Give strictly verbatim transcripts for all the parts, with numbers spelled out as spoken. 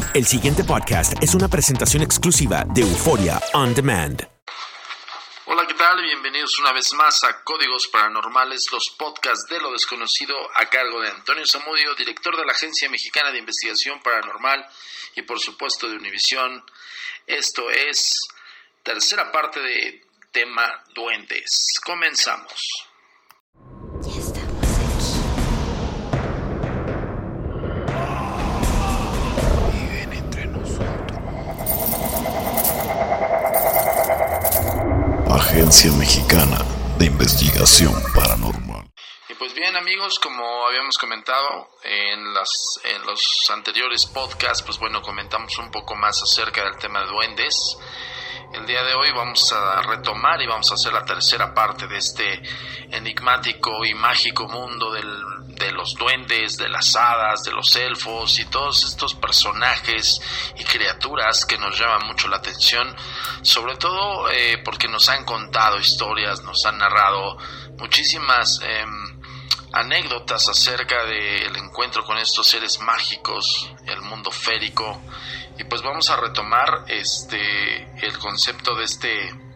El siguiente podcast es una presentación exclusiva de Euforia On Demand. Hola, ¿qué tal? Bienvenidos una vez más a Códigos Paranormales, los podcasts de lo desconocido a cargo de Antonio Zamudio, director de la Agencia Mexicana de Investigación Paranormal y por supuesto de Univisión. Esto es tercera parte de tema duendes. Comenzamos. Ya estamos aquí. Viven entre nosotros. Agencia Mexicana de Investigación Paranormal. Y pues bien, amigos, como habíamos comentado en las en los anteriores podcasts, pues bueno, comentamos un poco más acerca del tema de duendes. El día de hoy vamos a retomar y vamos a hacer la tercera parte de este enigmático y mágico mundo del, de los duendes, de las hadas, de los elfos y todos estos personajes y criaturas que nos llaman mucho la atención, sobre todo eh, porque nos han contado historias, nos han narrado muchísimas eh, anécdotas acerca del encuentro con estos seres mágicos, el mundo férico. Y pues vamos a retomar este el concepto de este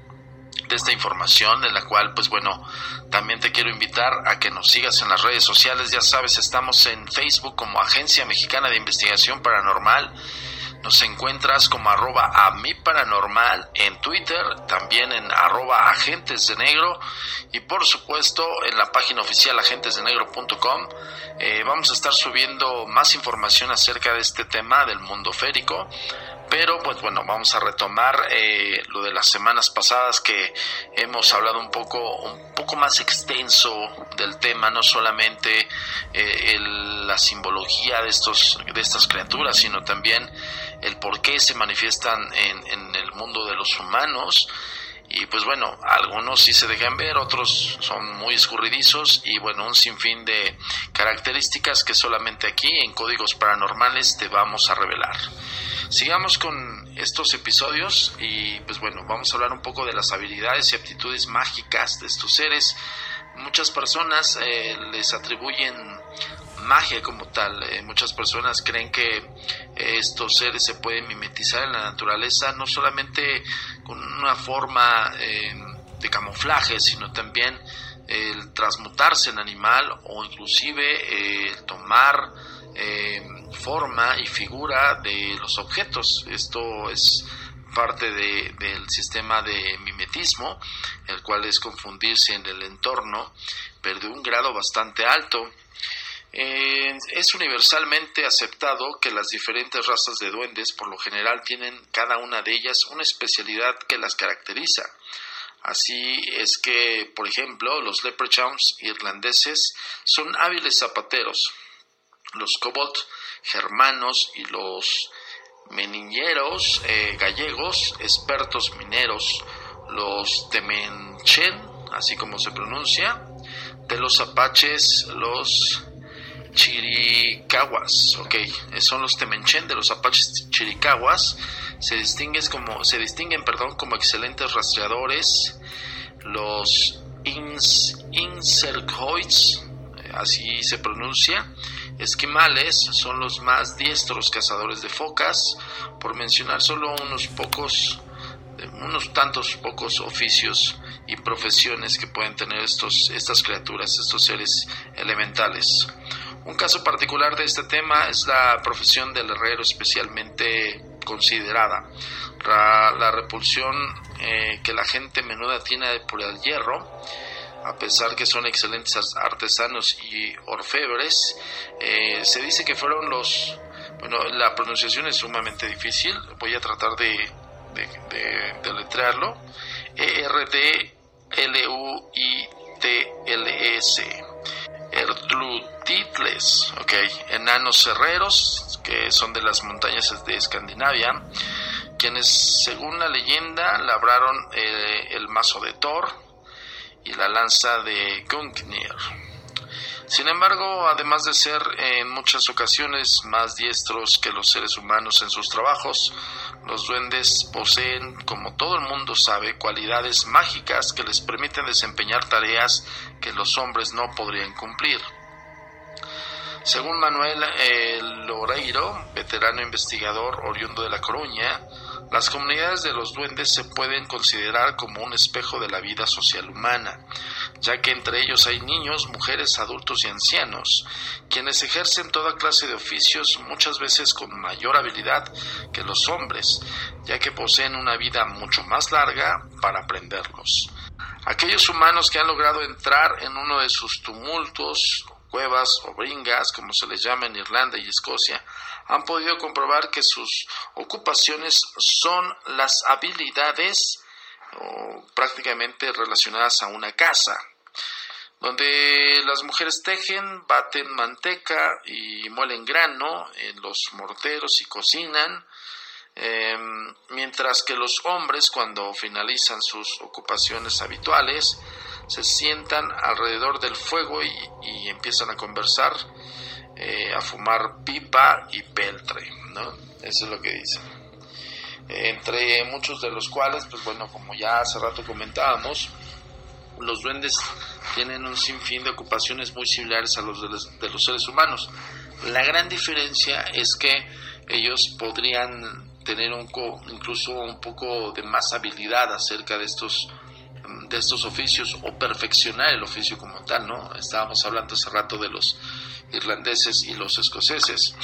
de esta información, en la cual pues bueno, también te quiero invitar a que nos sigas en las redes sociales. Ya sabes, estamos en Facebook como Agencia Mexicana de Investigación Paranormal. Nos encuentras como arroba a mi paranormal en Twitter, también en arroba agentes de negro y por supuesto en la página oficial agentes de negro punto com. Eh, vamos a estar subiendo más información acerca de este tema del mundo férico. Pero pues bueno, vamos a retomar eh, lo de las semanas pasadas, que hemos hablado un poco un poco más extenso del tema, no solamente eh, el, la simbología de estos de estas criaturas, sino también el por qué se manifiestan en, en el mundo de los humanos. Y pues bueno, algunos sí se dejan ver, otros son muy escurridizos y bueno, un sinfín de características que solamente aquí en Códigos Paranormales te vamos a revelar. Sigamos con estos episodios y pues bueno, vamos a hablar un poco de las habilidades y aptitudes mágicas de estos seres. Muchas personas eh, les atribuyen magia como tal. Eh, muchas personas creen que eh, estos seres se pueden mimetizar en la naturaleza, no solamente con una forma eh, de camuflaje, sino también eh, el transmutarse en animal o inclusive eh, tomar eh, forma y figura de los objetos. Esto es parte de, del sistema de mimetismo, el cual es confundirse en el entorno, pero de un grado bastante alto. Eh, es universalmente aceptado que las diferentes razas de duendes por lo general tienen cada una de ellas una especialidad que las caracteriza. Así es que, por ejemplo, los leprechauns irlandeses son hábiles zapateros, los kobold germanos y los meningeros eh, gallegos, expertos mineros, los temenchen, así como se pronuncia, de los apaches, los chiricahuas, ok, son los temenchen de los apaches chiricahuas. Se distinguen como, se distinguen, perdón, como excelentes rastreadores. Los ins, insercoids, así se pronuncia, esquimales, son los más diestros cazadores de focas, por mencionar solo unos pocos, unos tantos pocos oficios y profesiones que pueden tener estos, estas criaturas, estos seres elementales. Un caso particular de este tema es la profesión del herrero, especialmente considerada. La, la repulsión eh, que la gente menuda tiene por el hierro, a pesar que son excelentes artesanos y orfebres, eh, se dice que fueron los... Bueno, la pronunciación es sumamente difícil, voy a tratar de, de, de, de letrearlo. E R D L U I T L S. Ertlutitles, ok, enanos herreros que son de las montañas de Escandinavia, quienes según la leyenda labraron eh, el mazo de Thor y la lanza de Gungnir. Sin embargo, además de ser en muchas ocasiones más diestros que los seres humanos en sus trabajos, los duendes poseen, como todo el mundo sabe, cualidades mágicas que les permiten desempeñar tareas que los hombres no podrían cumplir. Según Manuel eh, Loureiro, veterano investigador oriundo de La Coruña, las comunidades de los duendes se pueden considerar como un espejo de la vida social humana, ya que entre ellos hay niños, mujeres, adultos y ancianos, quienes ejercen toda clase de oficios, muchas veces con mayor habilidad que los hombres, ya que poseen una vida mucho más larga para aprenderlos. Aquellos humanos que han logrado entrar en uno de sus tumultos, cuevas o bringas, como se les llama en Irlanda y Escocia, han podido comprobar que sus ocupaciones son las habilidades o, prácticamente relacionadas a una casa, donde las mujeres tejen, baten manteca y muelen grano en los morteros y cocinan, eh, mientras que los hombres, cuando finalizan sus ocupaciones habituales, se sientan alrededor del fuego y, y empiezan a conversar, eh, a fumar pipa y peltre, ¿no? Eso es lo que dicen. Eh, entre muchos de los cuales, pues bueno, como ya hace rato comentábamos, los duendes tienen un sinfín de ocupaciones muy similares a los de los, de los seres humanos. La gran diferencia es que ellos podrían tener un co, incluso un poco de más habilidad acerca de estos de estos oficios o perfeccionar el oficio como tal, ¿no? Estábamos hablando hace rato de los irlandeses y los escoceses.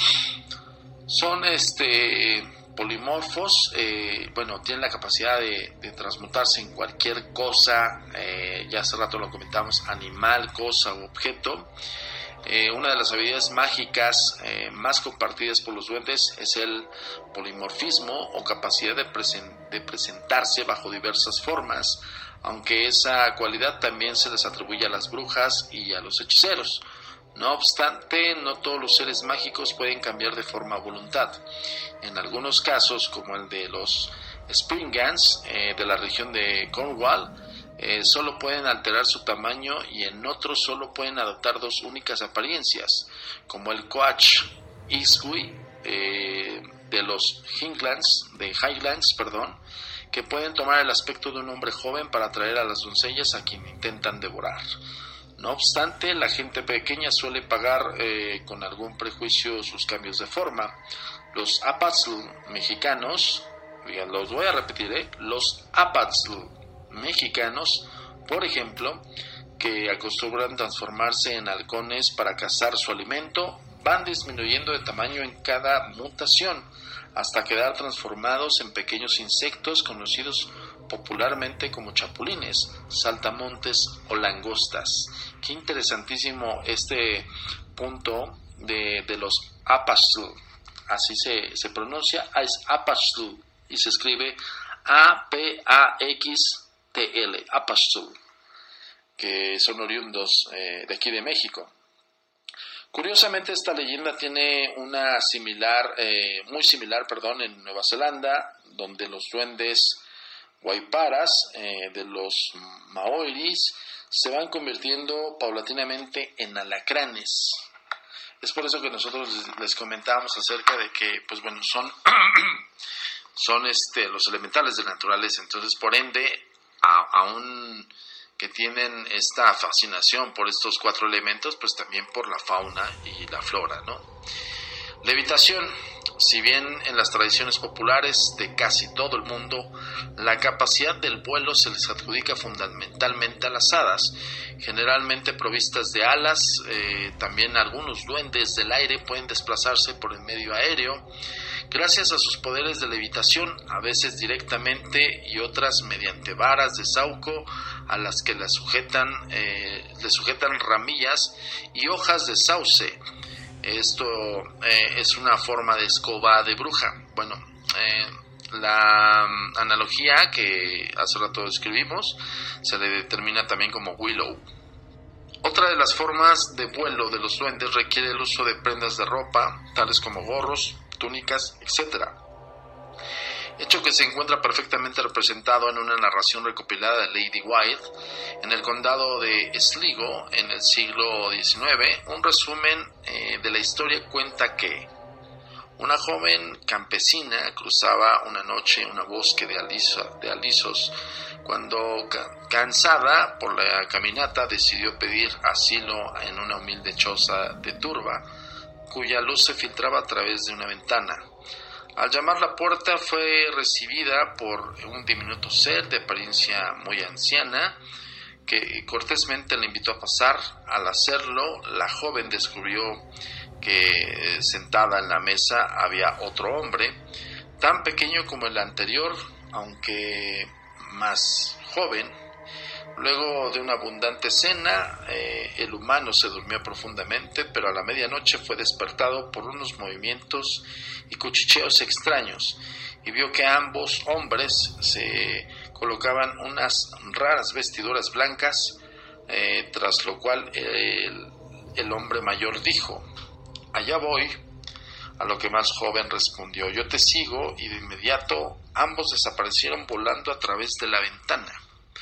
Son este polimorfos, eh, bueno, tienen la capacidad de, de transmutarse en cualquier cosa, eh, ya hace rato lo comentamos, animal, cosa u objeto. Eh, una de las habilidades mágicas eh, más compartidas por los duendes es el polimorfismo o capacidad de, presen- de presentarse bajo diversas formas, aunque esa cualidad también se les atribuye a las brujas y a los hechiceros. No obstante, no todos los seres mágicos pueden cambiar de forma a voluntad. En algunos casos, como el de los Springans eh, de la región de Cornwall, eh, solo pueden alterar su tamaño, y en otros solo pueden adoptar dos únicas apariencias, como el Coach Isui eh, de los Highlands, de Highlands, perdón, que pueden tomar el aspecto de un hombre joven para atraer a las doncellas a quien intentan devorar. No obstante, la gente pequeña suele pagar eh, con algún prejuicio sus cambios de forma. Los Apazul mexicanos, los voy a repetir, ¿eh? los Apazul mexicanos, por ejemplo, que acostumbran transformarse en halcones para cazar su alimento, van disminuyendo de tamaño en cada mutación, hasta quedar transformados en pequeños insectos conocidos popularmente como chapulines, saltamontes o langostas. Qué interesantísimo este punto de, de los Apazul, así se, se pronuncia, es Apazul, y se escribe A P A X T L, Apazul, que son oriundos eh, de aquí de México. Curiosamente, esta leyenda tiene una similar, eh, muy similar, perdón, en Nueva Zelanda, donde los duendes Waiparas eh, de los Maoris se van convirtiendo paulatinamente en alacranes. Es por eso que nosotros les comentábamos acerca de que, pues bueno, son, son este, los elementales de la naturaleza. Entonces, por ende, a, aún que tienen esta fascinación por estos cuatro elementos, pues también por la fauna y la flora, ¿no? Levitación. Si bien en las tradiciones populares de casi todo el mundo, la capacidad del vuelo se les adjudica fundamentalmente a las hadas, generalmente provistas de alas, eh, también algunos duendes del aire pueden desplazarse por el medio aéreo, gracias a sus poderes de levitación, a veces directamente y otras mediante varas de sauco a las que le sujetan, eh, le sujetan ramillas y hojas de sauce. Esto eh, es una forma de escoba de bruja. Bueno, eh, la analogía que hace rato describimos se le determina también como willow. Otra de las formas de vuelo de los duendes requiere el uso de prendas de ropa, tales como gorros, túnicas, etcétera. Hecho que se encuentra perfectamente representado en una narración recopilada de Lady White en el condado de Sligo en el siglo diecinueve. Un resumen eh, de la historia cuenta que una joven campesina cruzaba una noche un bosque de, aliso, de alisos cuando, ca- cansada por la caminata, decidió pedir asilo en una humilde choza de turba. cuya luz se filtraba a través de una ventana. Al llamar a la puerta fue recibida por un diminuto ser de apariencia muy anciana, que cortésmente le invitó a pasar. Al hacerlo, la joven descubrió que sentada en la mesa había otro hombre, tan pequeño como el anterior, aunque más joven. Luego de una abundante cena, eh, el humano se durmió profundamente, pero a la medianoche fue despertado por unos movimientos y cuchicheos extraños, y vio que ambos hombres se colocaban unas raras vestiduras blancas, eh, tras lo cual el, el hombre mayor dijo: «Allá voy», a lo que más joven respondió: «Yo te sigo», y de inmediato ambos desaparecieron volando a través de la ventana.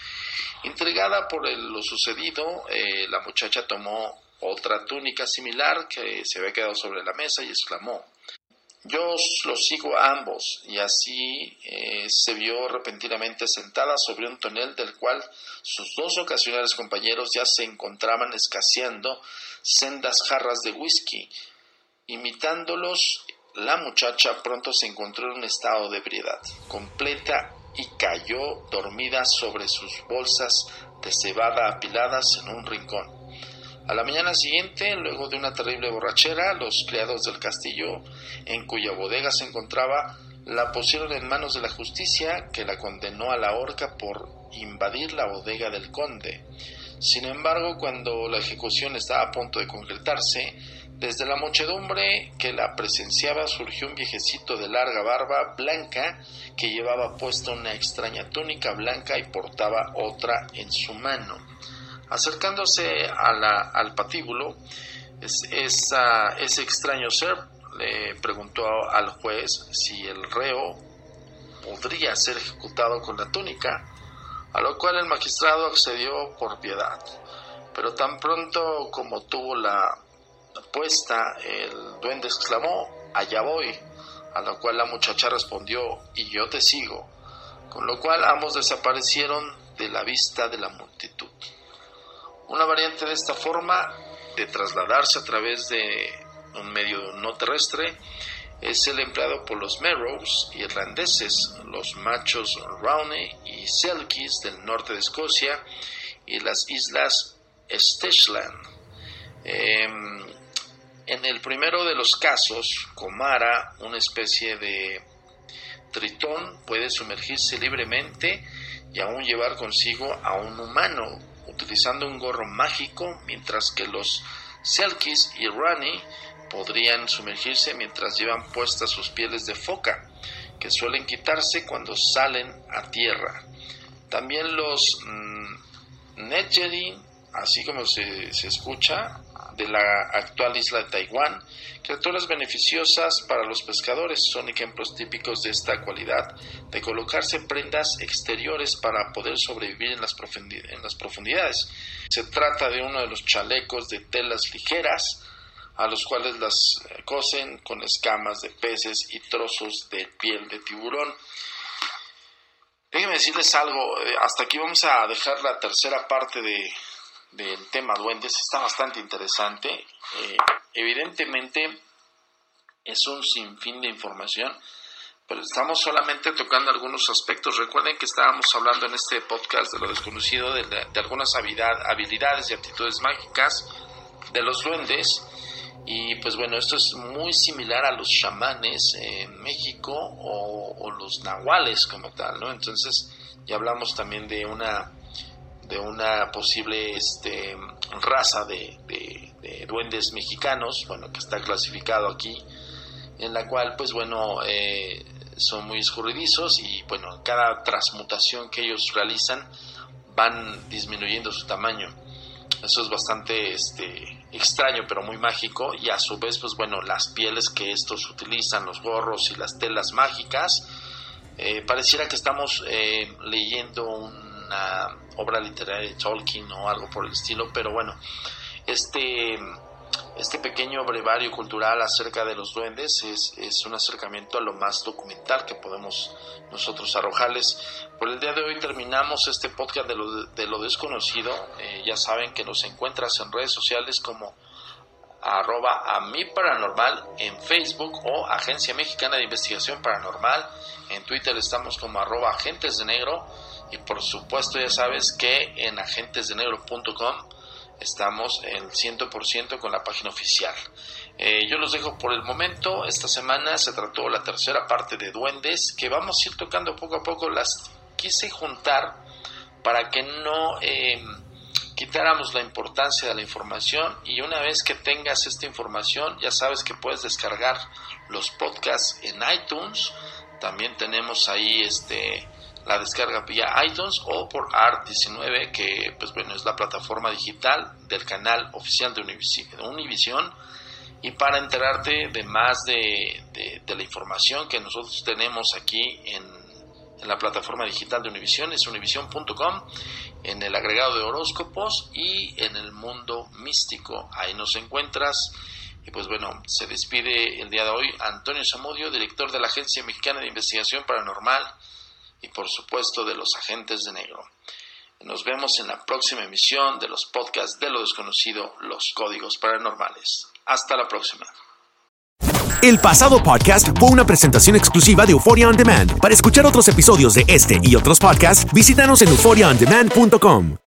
Intrigada por el, lo sucedido, eh, la muchacha tomó otra túnica similar que se había quedado sobre la mesa y exclamó: «Yo los sigo a ambos», y así eh, se vio repentinamente sentada sobre un tonel del cual sus dos ocasionales compañeros ya se encontraban escaseando sendas jarras de whisky. Imitándolos, la muchacha pronto se encontró en un estado de ebriedad completa y cayó dormida sobre sus bolsas de cebada apiladas en un rincón. A la mañana siguiente, luego de una terrible borrachera, los criados del castillo, en cuya bodega se encontraba, la pusieron en manos de la justicia, que la condenó a la horca por invadir la bodega del conde. Sin embargo, cuando la ejecución estaba a punto de concretarse, desde la muchedumbre que la presenciaba surgió un viejecito de larga barba blanca que llevaba puesta una extraña túnica blanca y portaba otra en su mano. Acercándose a la, al patíbulo, es, esa, ese extraño ser le preguntó al juez si el reo podría ser ejecutado con la túnica, a lo cual el magistrado accedió por piedad. Pero tan pronto como tuvo la puesta, el duende exclamó: «Allá voy», a lo cual la muchacha respondió: «Y yo te sigo», con lo cual ambos desaparecieron de la vista de la multitud. Una variante de esta forma de trasladarse a través de un medio no terrestre es el empleado por los Merrows irlandeses, los machos Rowney y Selkis del norte de Escocia y las islas Shetland. Eh, en el primero de los casos, Comara, una especie de tritón, puede sumergirse libremente y aún llevar consigo a un humano, utilizando un gorro mágico, mientras que los Selkis y Rowney podrían sumergirse mientras llevan puestas sus pieles de foca, que suelen quitarse cuando salen a tierra. También los mmm, Nedjeri, así como se, se escucha, de la actual isla de Taiwán, criaturas beneficiosas para los pescadores, son ejemplos típicos de esta cualidad de colocarse prendas exteriores para poder sobrevivir en las, profundidades, en las profundidades. Se trata de uno de los chalecos de telas ligeras, a los cuales las cosen con escamas de peces y trozos de piel de tiburón. Déjenme decirles algo, hasta aquí vamos a dejar la tercera parte de, del tema duendes. Está bastante interesante. Eh, evidentemente es un sinfín de información, pero estamos solamente tocando algunos aspectos. Recuerden que estábamos hablando en este podcast de lo desconocido, de, de, de algunas habilidad, habilidades y aptitudes mágicas de los duendes. Y pues bueno, esto es muy similar a los chamanes en México o, o los nahuales como tal, ¿no? Entonces ya hablamos también de una de una posible este, raza de, de, de duendes mexicanos, bueno, que está clasificado aquí, en la cual pues bueno eh, son muy escurridizos y bueno, cada transmutación que ellos realizan van disminuyendo su tamaño. Eso es bastante este, extraño, pero muy mágico. Y a su vez, pues bueno, las pieles que estos utilizan, los gorros y las telas mágicas, eh, pareciera que estamos eh, leyendo una obra literaria de Tolkien o algo por el estilo. Pero bueno, este, este pequeño brevario cultural acerca de los duendes es, es un acercamiento a lo más documental que podemos nosotros arrojarles. Por el día de hoy terminamos este podcast de lo, de lo desconocido. Eh, ya saben que nos encuentras en redes sociales como arroba a mi paranormal en Facebook o Agencia Mexicana de Investigación Paranormal. En Twitter estamos como arroba agentes de negro, y por supuesto ya sabes que en agentes de negro punto com estamos el cien por ciento con la página oficial. Eh, yo los dejo por el momento. Esta semana se trató la tercera parte de duendes, que vamos a ir tocando poco a poco. Las quise juntar para que no eh, quitáramos la importancia de la información, y una vez que tengas esta información ya sabes que puedes descargar los podcasts en iTunes. También tenemos ahí este la descarga vía iTunes o por A R diecinueve, que pues bueno es la plataforma digital del canal oficial de Univision. Y para enterarte de más de, de, de la información que nosotros tenemos aquí en, en la plataforma digital de Univision, es univision punto com, en el agregado de horóscopos y en el mundo místico. Ahí nos encuentras. Y pues bueno, se despide el día de hoy Antonio Zamudio, director de la Agencia Mexicana de Investigación Paranormal y por supuesto de los Agentes de Negro. Nos vemos en la próxima emisión de los podcasts de lo desconocido, los códigos paranormales. Hasta la próxima. El pasado podcast fue una presentación exclusiva de Euphoria On Demand. Para escuchar otros episodios de este y otros podcasts, visítanos en euphoria on demand punto com.